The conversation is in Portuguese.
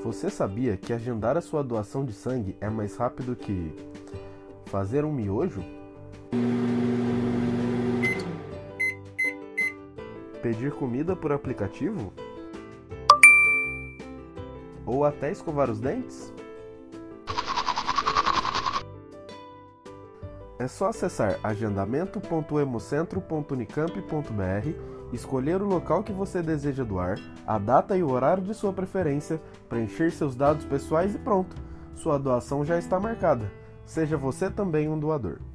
Você sabia que agendar a sua doação de sangue é mais rápido que fazer um miojo? Pedir comida por aplicativo? Ou até escovar os dentes? É só acessar agendamento.hemocentro.unicamp.br, escolher o local que você deseja doar, a data e o horário de sua preferência, preencher seus dados pessoais e pronto! Sua doação já está marcada. Seja você também um doador.